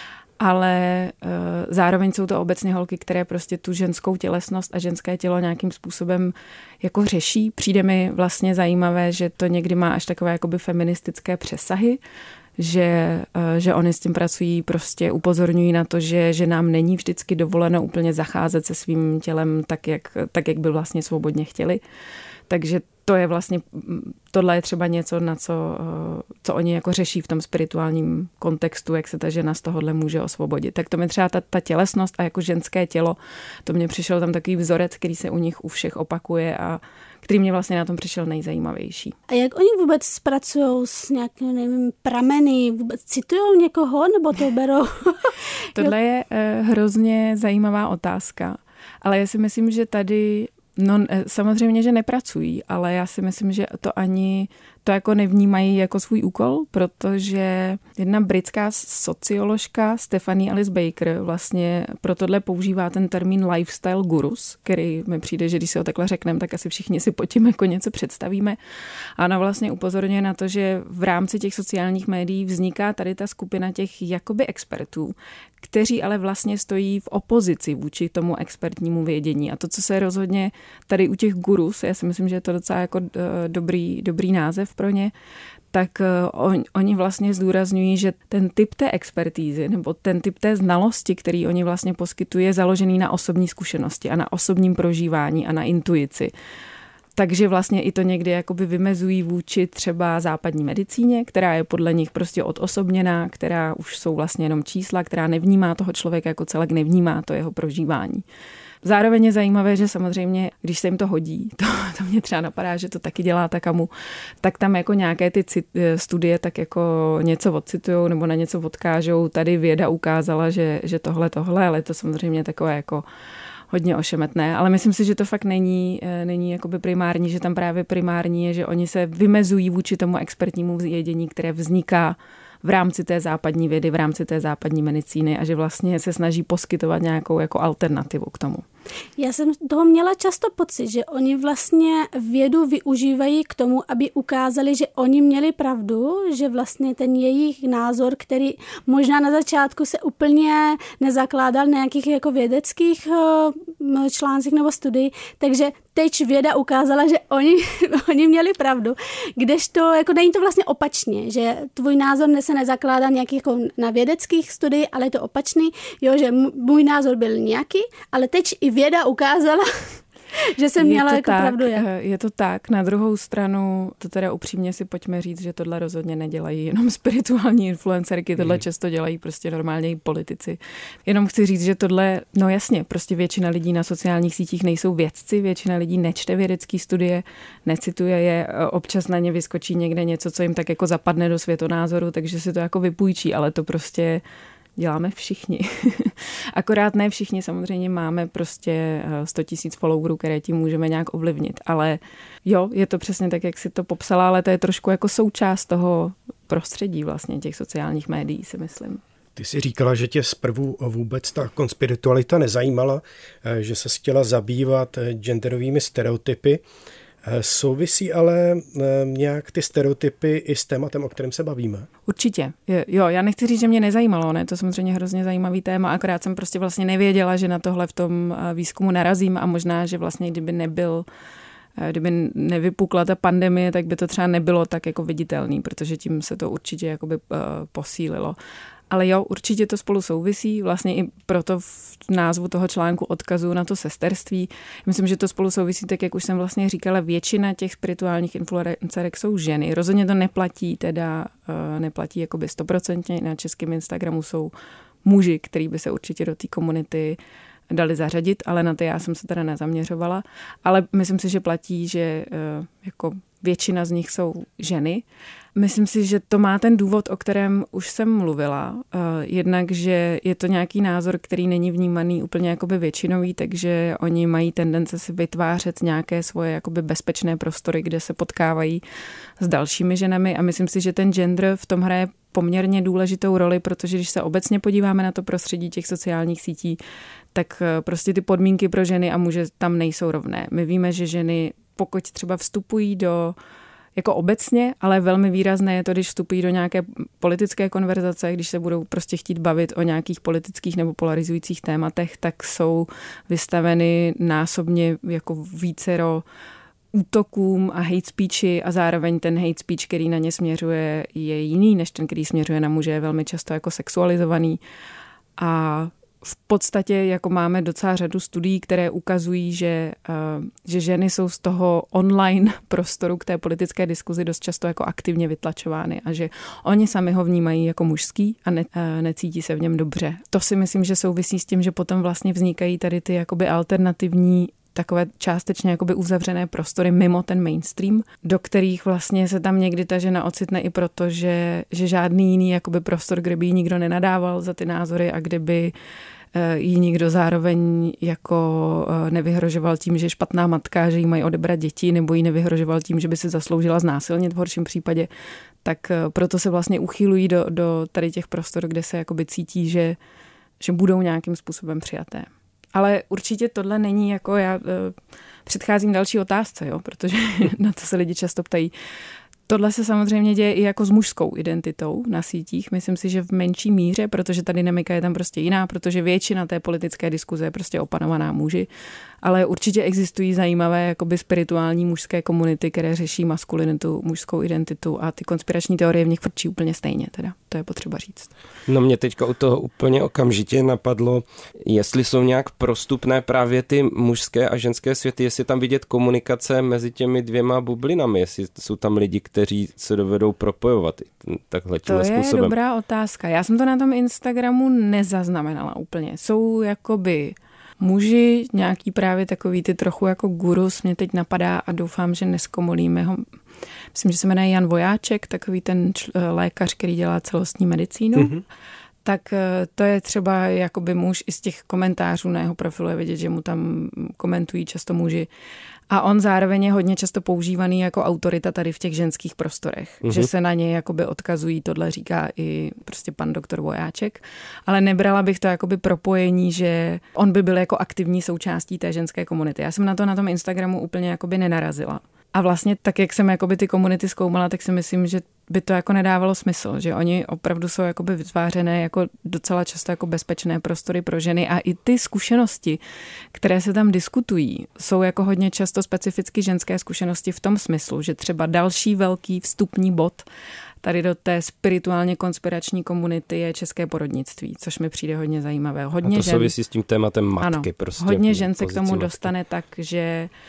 Speaker 6: Ale zároveň jsou to obecně holky, které prostě tu ženskou tělesnost a ženské tělo nějakým způsobem jako řeší. Přijde mi vlastně zajímavé, že to někdy má až takové jakoby feministické přesahy, že oni s tím pracují, prostě upozorňují na to, že nám není vždycky dovoleno úplně zacházet se svým tělem tak, jak by vlastně svobodně chtěli. Takže to je vlastně, tohle je třeba něco, na co oni jako řeší v tom spirituálním kontextu, jak se ta žena z tohohle může osvobodit. Tak to mi třeba ta tělesnost a jako ženské tělo, to mně přišel tam takový vzorec, který se u nich u všech opakuje a který mě vlastně na tom přišel nejzajímavější.
Speaker 3: A jak oni vůbec pracují s nějakými, nevím, prameny? Vůbec citujou někoho, nebo to berou?
Speaker 6: Tohle je hrozně zajímavá otázka, ale já si myslím, že tady samozřejmě, že nepracují, ale já si myslím, že to jako nevnímají jako svůj úkol, protože jedna britská socioložka Stephanie Alice Baker vlastně pro tohle používá ten termín lifestyle gurus, který mi přijde, že když si ho takhle řekneme, tak asi všichni si pod tím jako něco představíme. A ona vlastně upozorňuje na to, že v rámci těch sociálních médií vzniká tady ta skupina těch jakoby expertů, kteří ale vlastně stojí v opozici vůči tomu expertnímu vědění. A to, co se rozhodně tady u těch gurus, já si myslím, že je to docela jako dobrý název pro ně, tak oni vlastně zdůrazňují, že ten typ té expertízy nebo ten typ té znalosti, který oni vlastně poskytují, je založený na osobní zkušenosti a na osobním prožívání a na intuici. Takže vlastně i to někdy jakoby vymezují vůči třeba západní medicíně, která je podle nich prostě odosobněná, která už jsou vlastně jenom čísla, která nevnímá toho člověka jako celek, nevnímá to jeho prožívání. Zároveň je zajímavé, že samozřejmě, když se jim to hodí, to mě třeba napadá, že to taky dělá ta Kamu, tak tam jako nějaké ty studie tak jako něco odcitujou nebo na něco odkážou. Tady věda ukázala, že tohle, ale to samozřejmě takové jako hodně ošemetné, ale myslím si, že to fakt není jakoby primární, že tam právě primární je, že oni se vymezují vůči tomu expertnímu vědění, které vzniká v rámci té západní vědy, v rámci té západní medicíny a že vlastně se snaží poskytovat nějakou jako alternativu k tomu.
Speaker 3: Já jsem toho měla často pocit, že oni vlastně vědu využívají k tomu, aby ukázali, že oni měli pravdu, že vlastně ten jejich názor, který možná na začátku se úplně nezakládal na nějakých jako vědeckých článcích nebo studií, takže teď věda ukázala, že oni měli pravdu, kdežto jako není to vlastně opačně, že tvůj názor se nezakládá nějakých jako na vědeckých studiích, ale je to opačný, jo, že můj názor byl nějaký, ale teď i věda ukázala, že jsem měla jako pravdu.
Speaker 6: Je to tak. Na druhou stranu, to teda upřímně si pojďme říct, že tohle rozhodně nedělají jenom spirituální influencerky, tohle často dělají prostě normálně i politici. Jenom chci říct, že tohle, no jasně, prostě většina lidí na sociálních sítích nejsou vědci, většina lidí nečte vědecké studie, necituje je, občas na ně vyskočí někde něco, co jim tak jako zapadne do světonázoru, takže si to jako vypůjčí, ale to prostě děláme všichni. Akorát ne všichni samozřejmě máme prostě 100 000 followerů, které tím můžeme nějak ovlivnit. Ale jo, je to přesně tak, jak si to popsala, ale to je trošku jako součást toho prostředí vlastně těch sociálních médií, si myslím.
Speaker 5: Ty jsi říkala, že tě zprvu vůbec ta konspiritualita nezajímala, že se chtěla zabývat genderovými stereotypy. Souvisí ale nějak ty stereotypy i s tématem, o kterém se bavíme?
Speaker 6: Určitě. Jo, já nechci říct, že mě nezajímalo, ne? To je samozřejmě hrozně zajímavý téma, akorát jsem prostě vlastně nevěděla, že na tohle v tom výzkumu narazím a možná, že vlastně kdyby nevypukla ta pandemie, tak by to třeba nebylo tak jako viditelný, protože tím se to určitě jakoby posílilo. Ale jo, určitě to spolu souvisí, vlastně i proto v názvu toho článku odkazu na to sesterství. Myslím, že to spolu souvisí, tak jak už jsem vlastně říkala, většina těch spirituálních influencerek jsou ženy. Rozhodně to neplatí jakoby 100%, na českém Instagramu jsou muži, který by se určitě do té komunity dali zařadit, ale na to já jsem se teda nezaměřovala. Ale myslím si, že platí, že jako většina z nich jsou ženy. Myslím si, že to má ten důvod, o kterém už jsem mluvila. Jednak, že je to nějaký názor, který není vnímaný úplně jakoby většinový, takže oni mají tendence si vytvářet nějaké svoje jakoby bezpečné prostory, kde se potkávají s dalšími ženami a myslím si, že ten gender v tom hraje poměrně důležitou roli, protože když se obecně podíváme na to prostředí těch sociálních sítí, tak prostě ty podmínky pro ženy a muže tam nejsou rovné. My víme, že ženy, pokud třeba vstupují do jako obecně, ale velmi výrazné je to, když vstupují do nějaké politické konverzace, když se budou prostě chtít bavit o nějakých politických nebo polarizujících tématech, tak jsou vystaveny násobně jako vícero útokům a hate speechi a zároveň ten hate speech, který na ně směřuje, je jiný, než ten, který směřuje na muže, je velmi často jako sexualizovaný. A v podstatě jako máme docela řadu studií, které ukazují, že ženy jsou z toho online prostoru k té politické diskuzi dost často jako aktivně vytlačovány a že oni sami ho vnímají jako mužský a necítí se v něm dobře. To si myslím, že souvisí s tím, že potom vlastně vznikají tady ty jakoby alternativní takové částečně jakoby uzavřené prostory mimo ten mainstream, do kterých vlastně se tam někdy ta žena ocitne i proto, že žádný jiný jakoby prostor, kde by jí nikdo nenadával za ty názory a kde by jí nikdo zároveň jako nevyhrožoval tím, že je špatná matka, že jí mají odebrat děti, nebo jí nevyhrožoval tím, že by si zasloužila znásilnit v horším případě, tak proto se vlastně uchylují do tady těch prostor, kde se jakoby cítí, že budou nějakým způsobem přijaté. Ale určitě tohle není jako já předcházím další otázce, jo, protože na to se lidi často ptají. Tohle se samozřejmě děje i jako s mužskou identitou na sítích. Myslím si, že v menší míře, protože ta dynamika je tam prostě jiná, protože většina té politické diskuze je prostě opanovaná muži. Ale určitě existují zajímavé jakoby spirituální mužské komunity, které řeší maskulinitu, mužskou identitu a ty konspirační teorie v nich frčí úplně stejně. Teda. To je potřeba říct.
Speaker 4: No mě teďka u toho úplně okamžitě napadlo, jestli jsou nějak prostupné právě ty mužské a ženské světy, jestli tam vidět komunikace mezi těmi dvěma bublinami, jestli jsou tam lidi, kteří se dovedou propojovat takhle tímhle způsobem. To je
Speaker 6: dobrá otázka. Já jsem to na tom Instagramu nezaznamenala úplně. Jsou jakoby muži, nějaký právě takový ty trochu jako gurus mě teď napadá a doufám, že neskomolíme ho. Myslím, že se jmenuje Jan Vojáček, takový ten lékař, který dělá celostní medicínu. Mm-hmm. Tak to je třeba jakoby muž i z těch komentářů na jeho profilu je vidět, že mu tam komentují často muži. A on zároveň je hodně často používaný jako autorita tady v těch ženských prostorech. Mm-hmm. Že se na něj jakoby odkazují, tohle říká i prostě pan doktor Vojáček. Ale nebrala bych to jakoby propojení, že on by byl jako aktivní součástí té ženské komunity. Já jsem na to na tom Instagramu úplně jakoby nenarazila. A vlastně tak, jak jsem jakoby ty komunity zkoumala, tak si myslím, že by to jako nedávalo smysl, že oni opravdu jsou jakoby vytvářené jako docela často jako bezpečné prostory pro ženy a i ty zkušenosti, které se tam diskutují, jsou jako hodně často specificky ženské zkušenosti v tom smyslu, že třeba další velký vstupní bod tady do té spirituálně konspirační komunity je české porodnictví, což mi přijde hodně zajímavé. Hodně
Speaker 4: a to souvisí s tím tématem matky.
Speaker 6: Ano,
Speaker 4: prostě.
Speaker 6: Hodně žen se k tomu dostane tak, že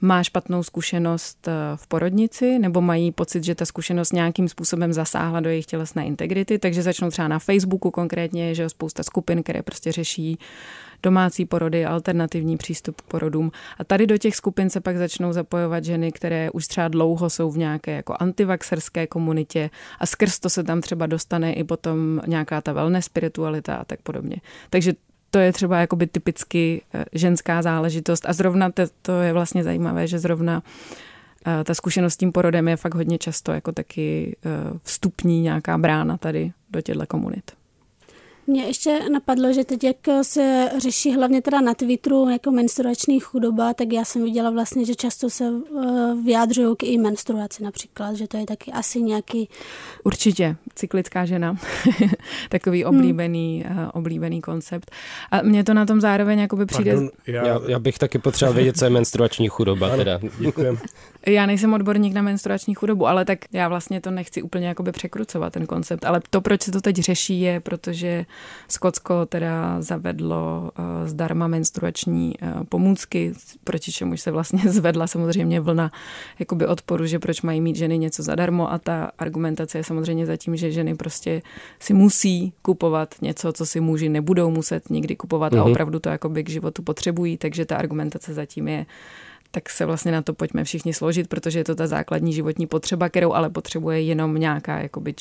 Speaker 6: má špatnou zkušenost v porodnici nebo mají pocit, že ta zkušenost nějakým způsobem zasáhla do jejich tělesné integrity, takže začnou třeba na Facebooku konkrétně, že spousta skupin, které prostě řeší domácí porody, alternativní přístup k porodům. A tady do těch skupin se pak začnou zapojovat ženy, které už třeba dlouho jsou v nějaké jako antivaxerské komunitě a skrz to se tam třeba dostane i potom nějaká ta wellness spiritualita a tak podobně. Takže to je třeba jakoby typicky ženská záležitost a zrovna to je vlastně zajímavé, že zrovna ta zkušenost s tím porodem je fakt hodně často jako taky vstupní nějaká brána tady do těchto komunit.
Speaker 3: Mně ještě napadlo, že teď, jak se řeší hlavně teda na Twitteru jako menstruační chudoba, tak já jsem viděla vlastně, že často se vyjádřují k i menstruaci například, že to je taky asi nějaký...
Speaker 6: Určitě, cyklická žena, takový oblíbený koncept. A mně to na tom zároveň jakoby přijde...
Speaker 4: Pardon, já bych taky potřeboval vědět, co je menstruační chudoba.
Speaker 5: Ano,
Speaker 4: teda.
Speaker 5: Děkujem.
Speaker 6: Já nejsem odborník na menstruační chudobu, ale tak já vlastně to nechci úplně jakoby překrucovat ten koncept, ale to, proč se to teď řeší, je, protože Skotsko teda zavedlo zdarma menstruační pomůcky, proti čemuž se vlastně zvedla samozřejmě vlna jakoby odporu, že proč mají mít ženy něco zadarmo a ta argumentace je samozřejmě zatím, že ženy prostě si musí kupovat něco, co si muži nebudou muset nikdy kupovat a opravdu to jakoby k životu potřebují, takže ta argumentace zatím je, tak se vlastně na to pojďme všichni složit, protože je to ta základní životní potřeba, kterou ale potřebuje jenom nějaká jakoby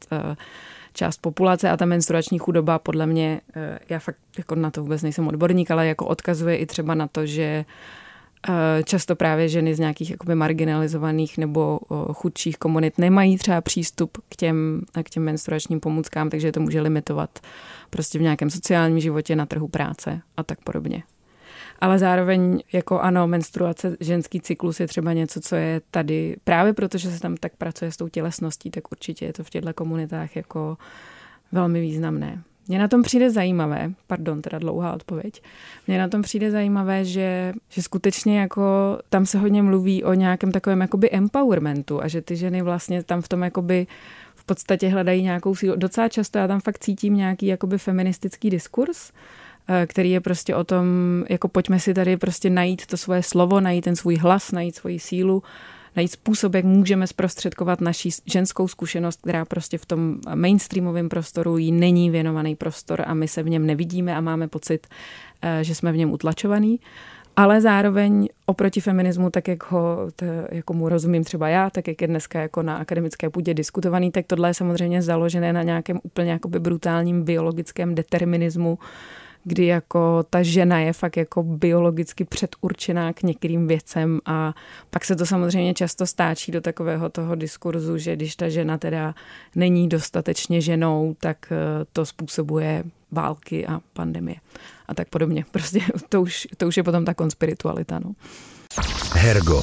Speaker 6: část populace a ta menstruační chudoba podle mě, já fakt jako na to vůbec nejsem odborník, ale jako odkazuje i třeba na to, že často právě ženy z nějakých jakoby marginalizovaných nebo chudších komunit nemají třeba přístup k těm menstruačním pomůckám, takže to může limitovat prostě v nějakém sociálním životě, na trhu práce a tak podobně. Ale zároveň jako ano, menstruace, ženský cyklus je třeba něco, co je tady právě protože se tam tak pracuje s tou tělesností, tak určitě je to v těchto komunitách jako velmi významné. Mně na tom přijde zajímavé, teda dlouhá odpověď, mně na tom přijde zajímavé, že skutečně jako tam se hodně mluví o nějakém takovém jakoby empowermentu a že ty ženy vlastně tam v tom jakoby v podstatě hledají nějakou sílu. Docela často já tam fakt cítím nějaký jakoby feministický diskurs, který je prostě o tom, jako pojďme si tady prostě najít to svoje slovo, najít ten svůj hlas, najít svoji sílu, najít způsob, jak můžeme zprostředkovat naši ženskou zkušenost, která prostě v tom mainstreamovém prostoru jí není věnovaný prostor a my se v něm nevidíme a máme pocit, že jsme v něm utlačovaný. Ale zároveň oproti feminismu, tak jak jako mu rozumím třeba já, tak jak je dneska jako na akademické půdě diskutovaný, tak tohle je samozřejmě založené na nějakém úplně jakoby brutálním biologickém determinismu, kdy jako ta žena je fakt jako biologicky předurčená k některým věcem a pak se to samozřejmě často stáčí do takového toho diskurzu, že když ta žena teda není dostatečně ženou, tak to způsobuje války a pandemie a tak podobně. Prostě to už je potom ta konspiritualita, no.
Speaker 1: Hergot.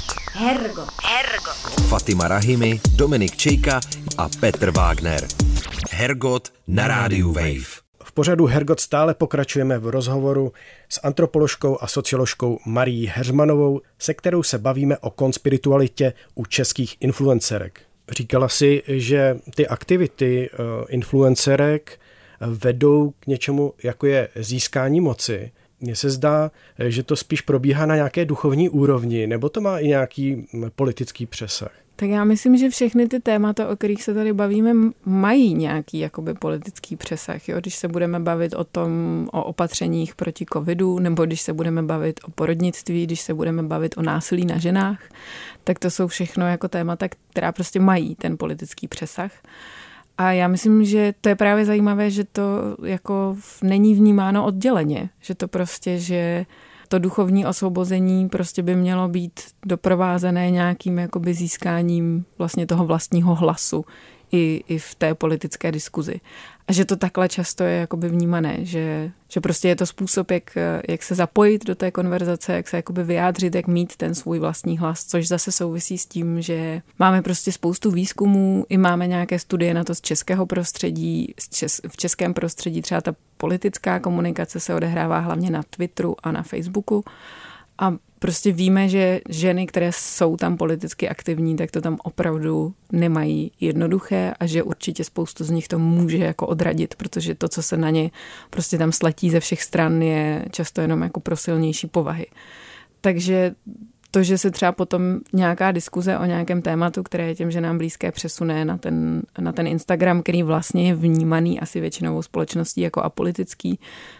Speaker 1: Fatima Rahimi, Dominik Čejka a Petr Wagner. Hergot na rádiu Wave.
Speaker 5: V pořadu Hergot stále pokračujeme v rozhovoru s antropoložkou a socioložkou Marií Heřmanovou, se kterou se bavíme o konspiritualitě u českých influencerek. Říkala si, že ty aktivity influencerek vedou k něčemu, jako je získání moci. Mně se zdá, že to spíš probíhá na nějaké duchovní úrovni, nebo to má i nějaký politický přesah.
Speaker 6: Tak já myslím, že všechny ty témata, o kterých se tady bavíme, mají nějaký jakoby politický přesah. Jo? Když se budeme bavit o opatřeních proti covidu, nebo když se budeme bavit o porodnictví, když se budeme bavit o násilí na ženách, tak to jsou všechno jako témata, která prostě mají ten politický přesah. A já myslím, že to je právě zajímavé, že to jako není vnímáno odděleně, že to prostě, že to duchovní osvobození prostě by mělo být doprovázené nějakým jakoby získáním vlastně toho vlastního hlasu i v té politické diskuzi. A že to takhle často je jakoby vnímané, že prostě je to způsob, jak se zapojit do té konverzace, jak se jakoby vyjádřit, jak mít ten svůj vlastní hlas, což zase souvisí s tím, že máme prostě spoustu výzkumů, i máme nějaké studie na to z českého prostředí, v českém prostředí třeba ta politická komunikace se odehrává hlavně na Twitteru a na Facebooku a prostě víme, že ženy, které jsou tam politicky aktivní, tak to tam opravdu nemají jednoduché a že určitě spoustu z nich to může jako odradit, protože to, co se na ně prostě tam sletí ze všech stran, je často jenom jako pro silnější povahy. Takže to, že se třeba potom nějaká diskuze o nějakém tématu, které je těm ženám blízké, přesune na ten Instagram, který vlastně je vnímaný asi většinovou společností jako apolitický,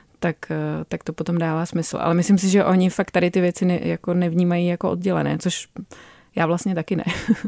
Speaker 6: tak to potom dává smysl. Ale myslím si, že oni fakt tady ty věci jako nevnímají jako oddělené, což já vlastně taky ne.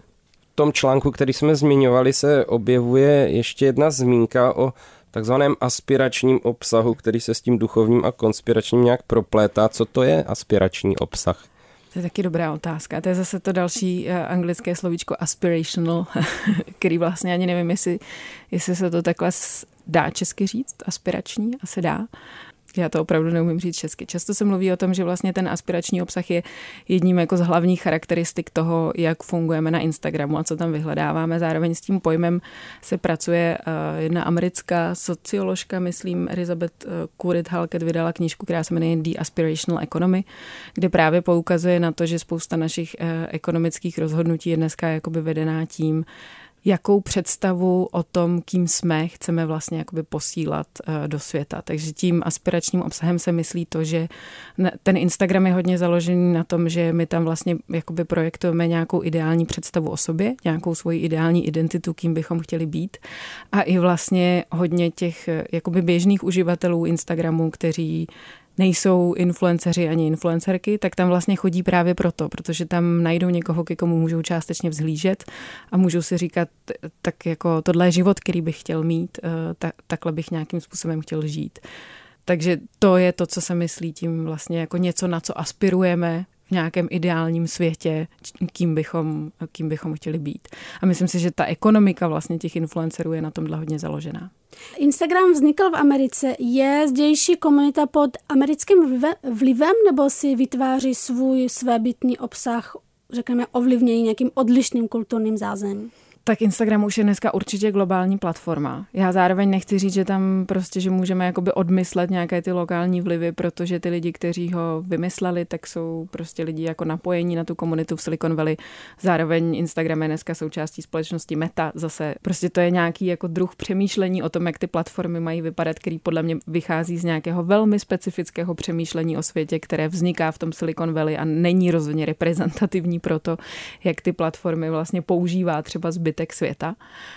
Speaker 4: V tom článku, který jsme zmiňovali, se objevuje ještě jedna zmínka o takzvaném aspiračním obsahu, který se s tím duchovním a konspiračním nějak proplétá. Co to je aspirační obsah?
Speaker 6: To je taky dobrá otázka. To je zase to další anglické slovíčko aspirational, který vlastně ani nevím, jestli se to takhle dá česky říct, aspirační, asi dá. Já to opravdu neumím říct česky. Často se mluví o tom, že vlastně ten aspirační obsah je jedním jako z hlavních charakteristik toho, jak fungujeme na Instagramu a co tam vyhledáváme. Zároveň s tím pojmem se pracuje jedna americká socioložka, myslím, Elizabeth Currid-Halkett vydala knížku, která se jmenuje The Aspirational Economy, kde právě poukazuje na to, že spousta našich ekonomických rozhodnutí je dneska jakoby vedená tím, jakou představu o tom, kým jsme, chceme vlastně jakoby posílat do světa. Takže tím aspiračním obsahem se myslí to, že ten Instagram je hodně založený na tom, že my tam vlastně jakoby projektujeme nějakou ideální představu o sobě, nějakou svoji ideální identitu, kým bychom chtěli být. A i vlastně hodně těch jakoby běžných uživatelů Instagramu, kteří nejsou influenceři ani influencerky, tak tam vlastně chodí právě proto, protože tam najdou někoho, ke komu můžou částečně vzhlížet a můžou si říkat, tak jako tohle je život, který bych chtěl mít, takhle bych nějakým způsobem chtěl žít. Takže to je to, co se myslí tím vlastně jako něco, na co aspirujeme v nějakém ideálním světě, kým bychom chtěli být. A myslím si, že ta ekonomika vlastně těch influencerů je na tomhle hodně založená.
Speaker 3: Instagram vznikl v Americe. Je zdejší komunita pod americkým vlivem nebo si vytváří svůj svébytný obsah, řekněme, ovlivněný nějakým odlišným kulturním zázemím?
Speaker 6: Tak Instagram už je dneska určitě globální platforma. Já zároveň nechci říct, že tam prostě, že můžeme jakoby odmyslet nějaké ty lokální vlivy, protože ty lidi, kteří ho vymysleli, tak jsou prostě lidi jako napojení na tu komunitu v Silicon Valley. Zároveň Instagram je dneska součástí společnosti Meta. Zase prostě to je nějaký jako druh přemýšlení o tom, jak ty platformy mají vypadat, který podle mě vychází z nějakého velmi specifického přemýšlení o světě, které vzniká v tom Silicon Valley a není rozhodně reprezentativní pro to, jak ty platformy vlastně používá třeba zbytek světa,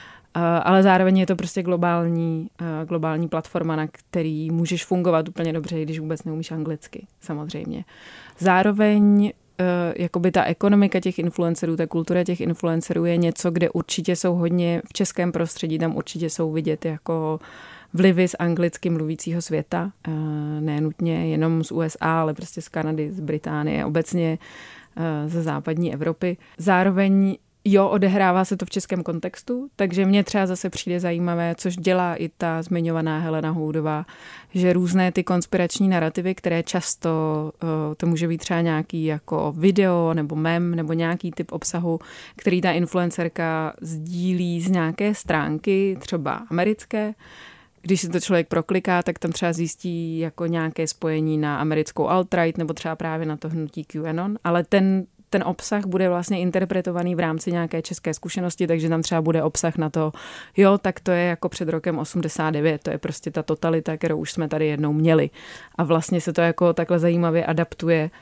Speaker 6: ale zároveň je to prostě globální platforma, na který můžeš fungovat úplně dobře, když vůbec neumíš anglicky, samozřejmě. Zároveň jakoby ta ekonomika těch influencerů, ta kultura těch influencerů je něco, kde určitě jsou hodně v českém prostředí, tam určitě jsou vidět jako vlivy z anglicky mluvícího světa, ne nutně jenom z USA, ale prostě z Kanady, z Británie, obecně ze západní Evropy. Zároveň odehrává se to v českém kontextu, takže mně třeba zase přijde zajímavé, což dělá i ta zmiňovaná Helena Houdová, že různé ty konspirační narrativy, které často, to může být třeba nějaký jako video nebo mem nebo nějaký typ obsahu, který ta influencerka sdílí z nějaké stránky, třeba americké. Když si to člověk prokliká, tak tam třeba zjistí jako nějaké spojení na americkou alt-right nebo třeba právě na to hnutí QAnon, ale ten obsah bude vlastně interpretovaný v rámci nějaké české zkušenosti, takže tam třeba bude obsah na to, tak to je jako před rokem 89, to je prostě ta totalita, kterou už jsme tady jednou měli. A vlastně se to jako takhle zajímavě adaptuje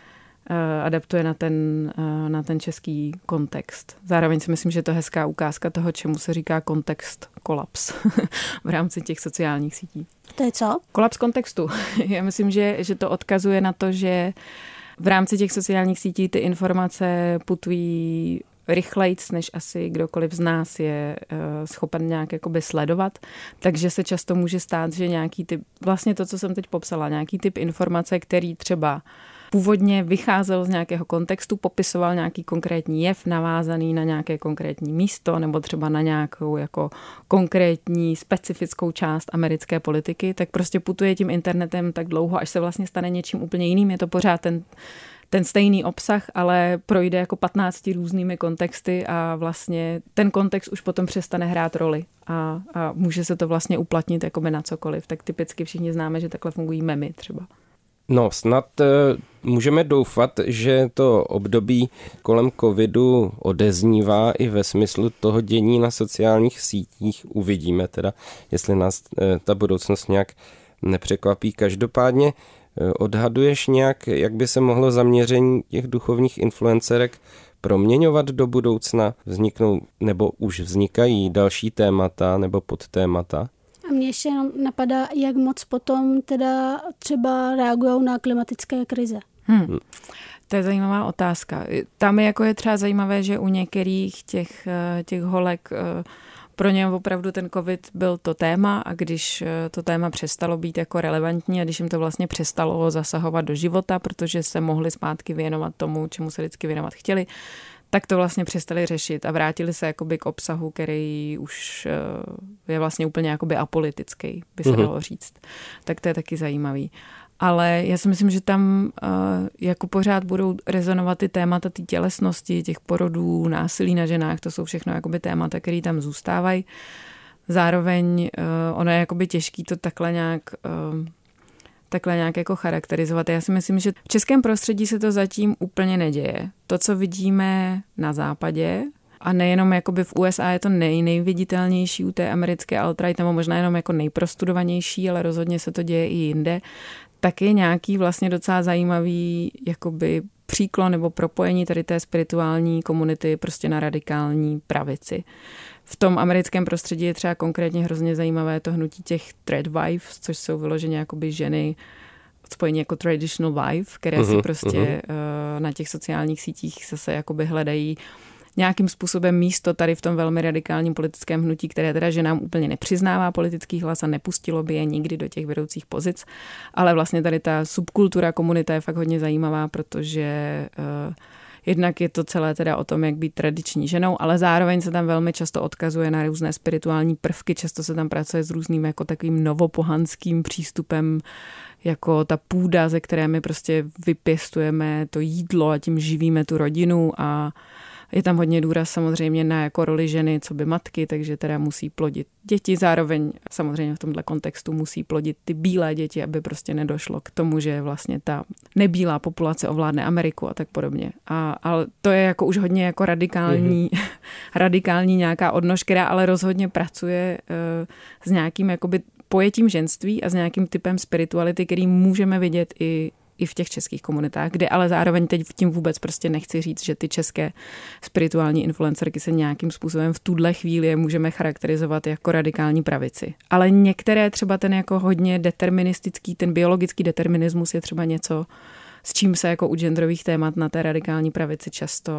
Speaker 6: na ten český kontext. Zároveň si myslím, že to je hezká ukázka toho, čemu se říká kontext kolaps v rámci těch sociálních sítí.
Speaker 3: To je co?
Speaker 6: Kolaps kontextu. Já myslím, že to odkazuje na to, že v rámci těch sociálních sítí ty informace putují rychlejc, než asi kdokoliv z nás je schopen nějak jakoby sledovat. Takže se často může stát, že nějaký typ, vlastně to, co jsem teď popsala, nějaký typ informace, který třeba původně vycházel z nějakého kontextu, popisoval nějaký konkrétní jev, navázaný na nějaké konkrétní místo nebo třeba na nějakou jako konkrétní specifickou část americké politiky, tak prostě putuje tím internetem tak dlouho, až se vlastně stane něčím úplně jiným. Je to pořád ten stejný obsah, ale projde jako 15 různými kontexty a vlastně ten kontext už potom přestane hrát roli a může se to vlastně uplatnit jakoby na cokoliv. Tak typicky všichni známe, že takhle fungují memy třeba.
Speaker 4: No, snad můžeme doufat, že to období kolem covidu odeznívá i ve smyslu toho dění na sociálních sítích. Uvidíme teda, jestli nás ta budoucnost nějak nepřekvapí. Každopádně Odhaduješ nějak, jak by se mohlo zaměření těch duchovních influencerek proměňovat do budoucna? Vzniknou nebo už vznikají další témata nebo podtémata?
Speaker 3: A mě ještě napadá, jak moc potom teda třeba reagují na klimatické krize.
Speaker 6: To je zajímavá otázka. Tam je třeba zajímavé, že u některých těch holek pro ně opravdu ten covid byl to téma a když to téma přestalo být jako relevantní a když jim to vlastně přestalo zasahovat do života, protože se mohli zpátky věnovat tomu, čemu se vždycky věnovat chtěli, tak to vlastně přestali řešit a vrátili se jakoby k obsahu, který už je vlastně úplně jakoby apolitický, by se dalo říct. Tak to je taky zajímavý. Ale já si myslím, že tam jako pořád budou rezonovat ty témata té tělesnosti, těch porodů, násilí na ženách, to jsou všechno jakoby témata, které tam zůstávají. Zároveň ono je jakoby těžký to takhle nějak jako charakterizovat. Já si myslím, že v českém prostředí se to zatím úplně neděje. To, co vidíme na západě, a nejenom jakoby v USA je to nejviditelnější u té americké alt-right, nebo možná jenom jako nejprostudovanější, ale rozhodně se to děje i jinde, tak je nějaký vlastně docela zajímavý jakoby příklon nebo propojení tady té spirituální komunity prostě na radikální pravici. V tom americkém prostředí je třeba konkrétně hrozně zajímavé to hnutí těch thread wives, což jsou vyloženě jakoby ženy spojení jako traditional wife, které si prostě na těch sociálních sítích zase jakoby hledají nějakým způsobem místo tady v tom velmi radikálním politickém hnutí, které teda ženám úplně nepřiznává politický hlas a nepustilo by je nikdy do těch vedoucích pozic. Ale vlastně tady ta subkultura, komunita je fakt hodně zajímavá, protože jednak je to celé teda o tom, jak být tradiční ženou, ale zároveň se tam velmi často odkazuje na různé spirituální prvky, často se tam pracuje s různým jako takovým novopohanským přístupem, jako ta půda, ze které my prostě vypěstujeme to jídlo a tím živíme tu rodinu a je tam hodně důraz samozřejmě na jako roli ženy, co by matky, takže teda musí plodit děti. Zároveň samozřejmě v tomhle kontextu musí plodit ty bílé děti, aby prostě nedošlo k tomu, že vlastně ta nebílá populace ovládne Ameriku a tak podobně. Ale to je jako už hodně jako radikální nějaká odnož, která ale rozhodně pracuje s nějakým jakoby pojetím ženství a s nějakým typem spirituality, který můžeme vidět i v těch českých komunitách, kde ale zároveň teď tím vůbec prostě nechci říct, že ty české spirituální influencerky se nějakým způsobem v tuhle chvíli můžeme charakterizovat jako radikální pravici. Ale některé třeba ten jako hodně deterministický, ten biologický determinismus je třeba něco, s čím se jako u genderových témat na té radikální pravici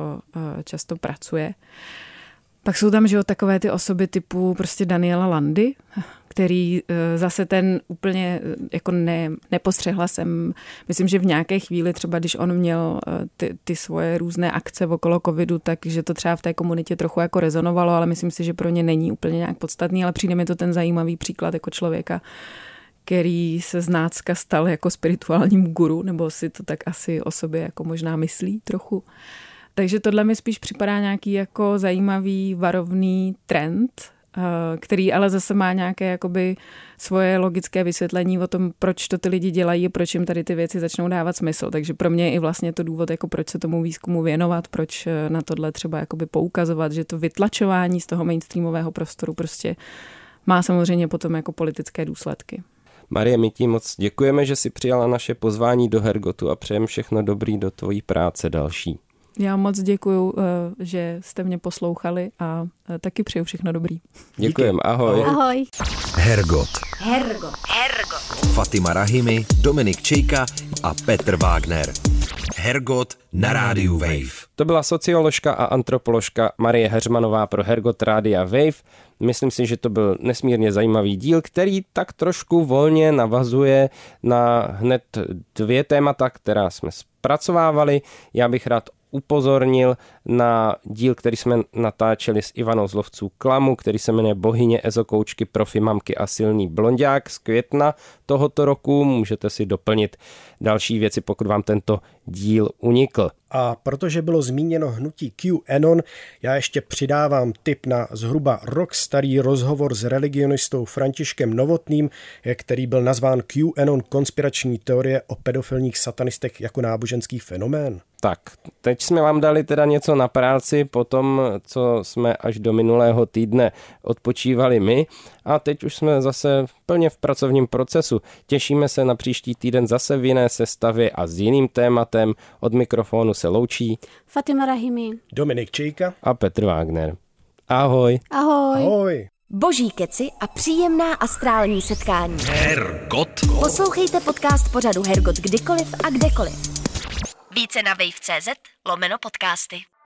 Speaker 6: často pracuje. Pak jsou tam, že takové ty osoby typu prostě Daniela Landy, který zase ten úplně jako nepostřehla jsem. Myslím, že v nějaké chvíli třeba, když on měl ty svoje různé akce okolo covidu, takže to třeba v té komunitě trochu jako rezonovalo, ale myslím si, že pro ně není úplně nějak podstatný, ale přijde mi to ten zajímavý příklad jako člověka, který se znácka stal jako spirituálním guru, nebo si to tak asi o sobě jako možná myslí trochu. Takže tohle mi spíš připadá nějaký jako zajímavý varovný trend, který ale zase má nějaké jakoby svoje logické vysvětlení o tom, proč to ty lidi dělají a proč jim tady ty věci začnou dávat smysl. Takže pro mě je i vlastně to důvod, jako proč se tomu výzkumu věnovat, proč na tohle třeba jakoby poukazovat, že to vytlačování z toho mainstreamového prostoru prostě má samozřejmě potom jako politické důsledky.
Speaker 4: Marie, my ti moc děkujeme, že jsi přijala naše pozvání do Hergotu a přejem všechno dobrý do tvojí práce další.
Speaker 6: Já moc děkuju, že jste mě poslouchali a taky přeju všechno dobrý.
Speaker 4: Děkujem, ahoj.
Speaker 3: Ahoj.
Speaker 1: Hergot. Fatima Rahimi, Dominik Čejka a Petr Wagner. Hergot na rádiu Wave.
Speaker 4: To byla socioložka a antropoložka Marie Heřmanová pro Hergot Rádia Wave. Myslím si, že to byl nesmírně zajímavý díl, který tak trošku volně navazuje na hned dvě témata, která jsme zpracovávali. Já bych rád upozornil na díl, který jsme natáčeli s Ivanou z Lovců klamu, který se jmenuje Bohyně, ezokoučky, profi mamky a silný blonďák z května tohoto roku. Můžete si doplnit další věci, pokud vám tento díl unikl.
Speaker 5: A protože bylo zmíněno hnutí QAnon, já ještě přidávám tip na zhruba rok starý rozhovor s religionistou Františkem Novotným, který byl nazván QAnon konspirační teorie o pedofilních satanistech jako náboženský fenomén.
Speaker 4: Tak, teď jsme vám dali teda něco na práci po tom, co jsme až do minulého týdne odpočívali my a teď už jsme zase plně v pracovním procesu. Těšíme se na příští týden zase v jiné sestavě a s jiným tématem. Od mikrofonu se loučí
Speaker 3: Fatima Rahimi,
Speaker 5: Dominik Čejka
Speaker 4: a Petr Wagner. Ahoj.
Speaker 3: Ahoj.
Speaker 5: Ahoj.
Speaker 2: Boží keci a příjemná astrální setkání.
Speaker 1: Hergot.
Speaker 2: Poslouchejte podcast pořadu Hergot kdykoliv a kdekoliv. Více na wave.cz/podcasty.